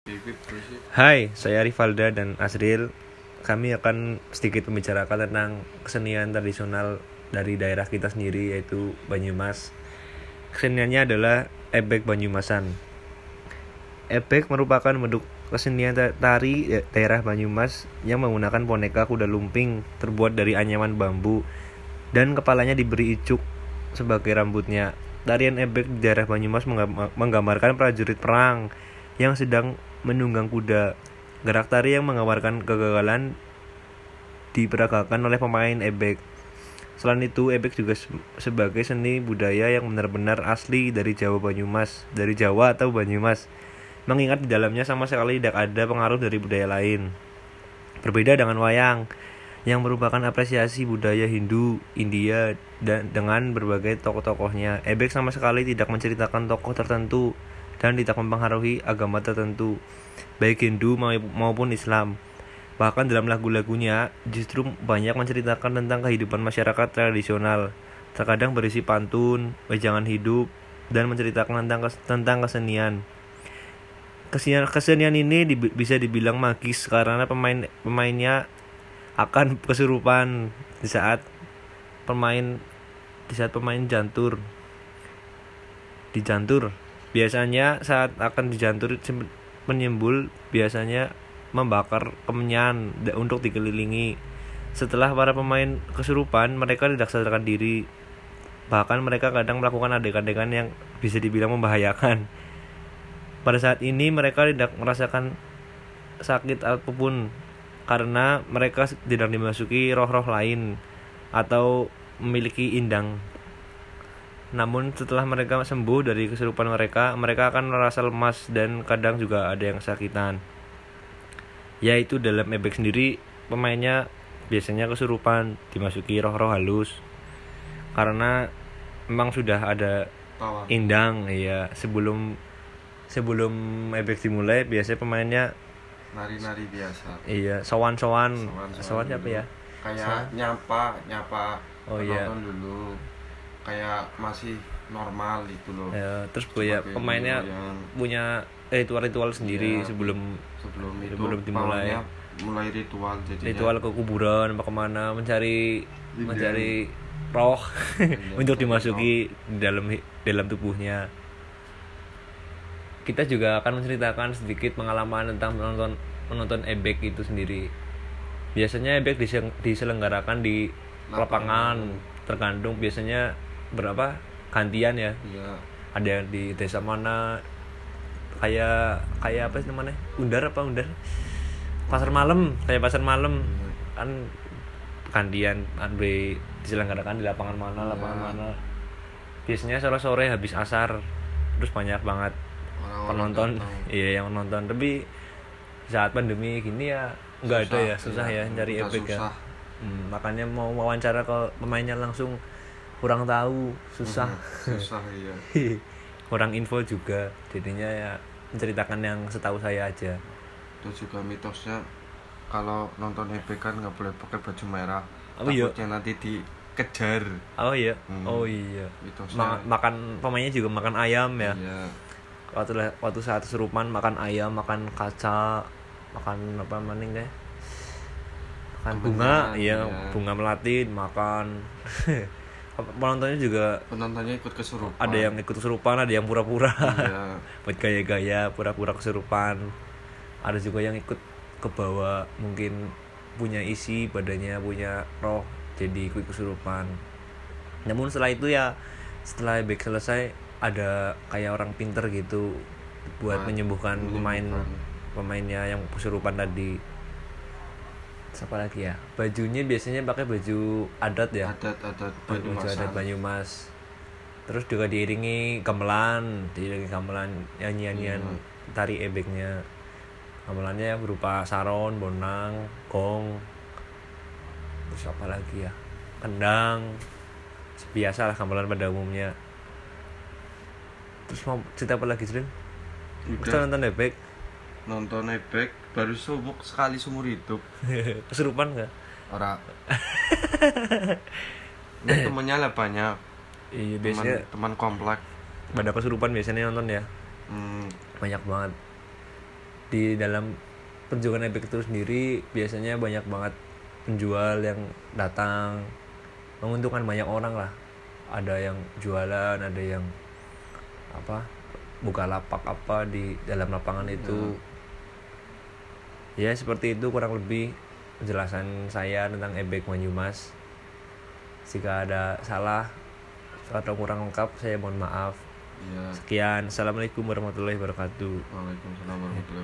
Hai, saya Rivalda dan Asril. Kami akan sedikit membicarakan tentang kesenian tradisional dari daerah kita sendiri, yaitu Banyumas. Keseniannya adalah ebek Banyumasan. Ebek merupakan bentuk kesenian tari daerah Banyumas yang menggunakan boneka kuda lumping terbuat dari anyaman bambu dan kepalanya diberi icuk sebagai rambutnya. Tarian ebek di daerah Banyumas menggambarkan prajurit perang yang sedang menunggang kuda. Gerak tari yang menggambarkan kegagalan diperagakan oleh pemain ebek. Selain itu, ebek juga sebagai seni budaya yang benar-benar asli dari Jawa atau Banyumas. Mengingat di dalamnya sama sekali tidak ada pengaruh dari budaya lain. Berbeda dengan wayang yang merupakan apresiasi budaya Hindu, India, dan dengan berbagai tokoh-tokohnya. Ebek sama sekali tidak menceritakan tokoh tertentu dan tidak mempengaruhi agama tertentu, baik Hindu maupun Islam. Bahkan dalam lagu-lagunya justru banyak menceritakan tentang kehidupan masyarakat tradisional, terkadang berisi pantun, wejangan hidup, dan menceritakan tentang kesenian. Kesenian ini bisa dibilang magis karena pemainnya akan kesurupan di saat pemain jantur. Biasanya saat akan dijantur penyembul biasanya membakar kemenyan untuk dikelilingi. Setelah para pemain kesurupan, mereka tidak sadarkan diri. Bahkan mereka kadang melakukan adegan-adegan yang bisa dibilang membahayakan. Pada saat ini mereka tidak merasakan sakit apapun karena mereka tidak dimasuki roh-roh lain atau memiliki indang. Namun setelah mereka sembuh dari kesurupan mereka akan merasa lemas dan kadang juga ada yang kesakitan. Yaitu dalam ebek sendiri, pemainnya biasanya kesurupan, dimasuki roh-roh halus. Karena memang sudah ada indang, ya. Sebelum ebek dimulai, biasanya pemainnya nari-nari biasa. Iya, sowan siapa ya? Kayak nyapa Oh iya. Dulu kayak masih normal gitu loh. Ya, terus ya pemainnya punya ritual sendiri sebelum dimulai. Mulai ritual, jadinya ritual ke kuburan apa kemana mencari roh untuk dimasuki dalam tubuhnya. Kita juga akan menceritakan sedikit pengalaman tentang menonton ebek itu sendiri. Biasanya ebek diselenggarakan di lapangan, tergantung biasanya berapa gantian ya. Iya. Ada yang di desa mana, kayak apa sih namanya, undar pasar malam kan gantian diselenggarakan di lapangan mana. Biasanya sore habis asar, terus banyak banget penonton yang menonton. Tapi saat pandemi gini ya nggak ada ya, susah ya cari ebek ya. Makanya mau wawancara ke pemainnya langsung kurang tahu, susah iya. Kurang info juga, jadinya ya menceritakan yang setahu saya aja. Terus juga mitosnya kalau nonton ebek kan nggak boleh pakai baju merah, takutnya nanti dikejar. Oh iya. Makan pemainnya juga makan ayam ya. Iya. Waktu saat kesurupan makan ayam, makan kaca, makan apa maning deh, makan bunga, iya. Bunga melati makan. Penontonnya ikut kesurupan. Ada yang ikut kesurupan, ada yang pura-pura. Iya. Buat gaya-gaya pura-pura kesurupan. Ada juga yang ikut ke bawah, mungkin punya isi badannya, punya roh, jadi ikut kesurupan. Namun setelah ebek selesai, ada kayak orang pinter gitu buat menyembuhkan pemainnya yang kesurupan tadi. Siapa lagi ya? Bajunya biasanya pakai baju adat ya. Baju adat Banyumas. Terus juga diiringi gamelan, nyanyian tari ebeknya. Gamelannya berupa saron, bonang, gong. Terus apa lagi ya? Kendang. Biasalah gamelan pada umumnya. Terus mau cerita apa lagi, Srin? Kita nonton ebek baru sekali seumur hidup. Kesurupan nggak? Ora. Temennya lah banyak. Iya, biasanya teman komplek. Pada kesurupan biasanya nonton ya. Banyak banget. di dalam perjuangan ebek itu sendiri biasanya banyak banget penjual yang datang, menguntungkan banyak orang lah. Ada yang jualan, ada yang buka lapak di dalam lapangan itu. Ya seperti itu kurang lebih penjelasan saya tentang ebek Banyumas. Jika ada salah atau kurang lengkap saya mohon maaf. Sekian, assalamualaikum warahmatullahi wabarakatuh. Waalaikumsalam warahmatullahi wabarakatuh.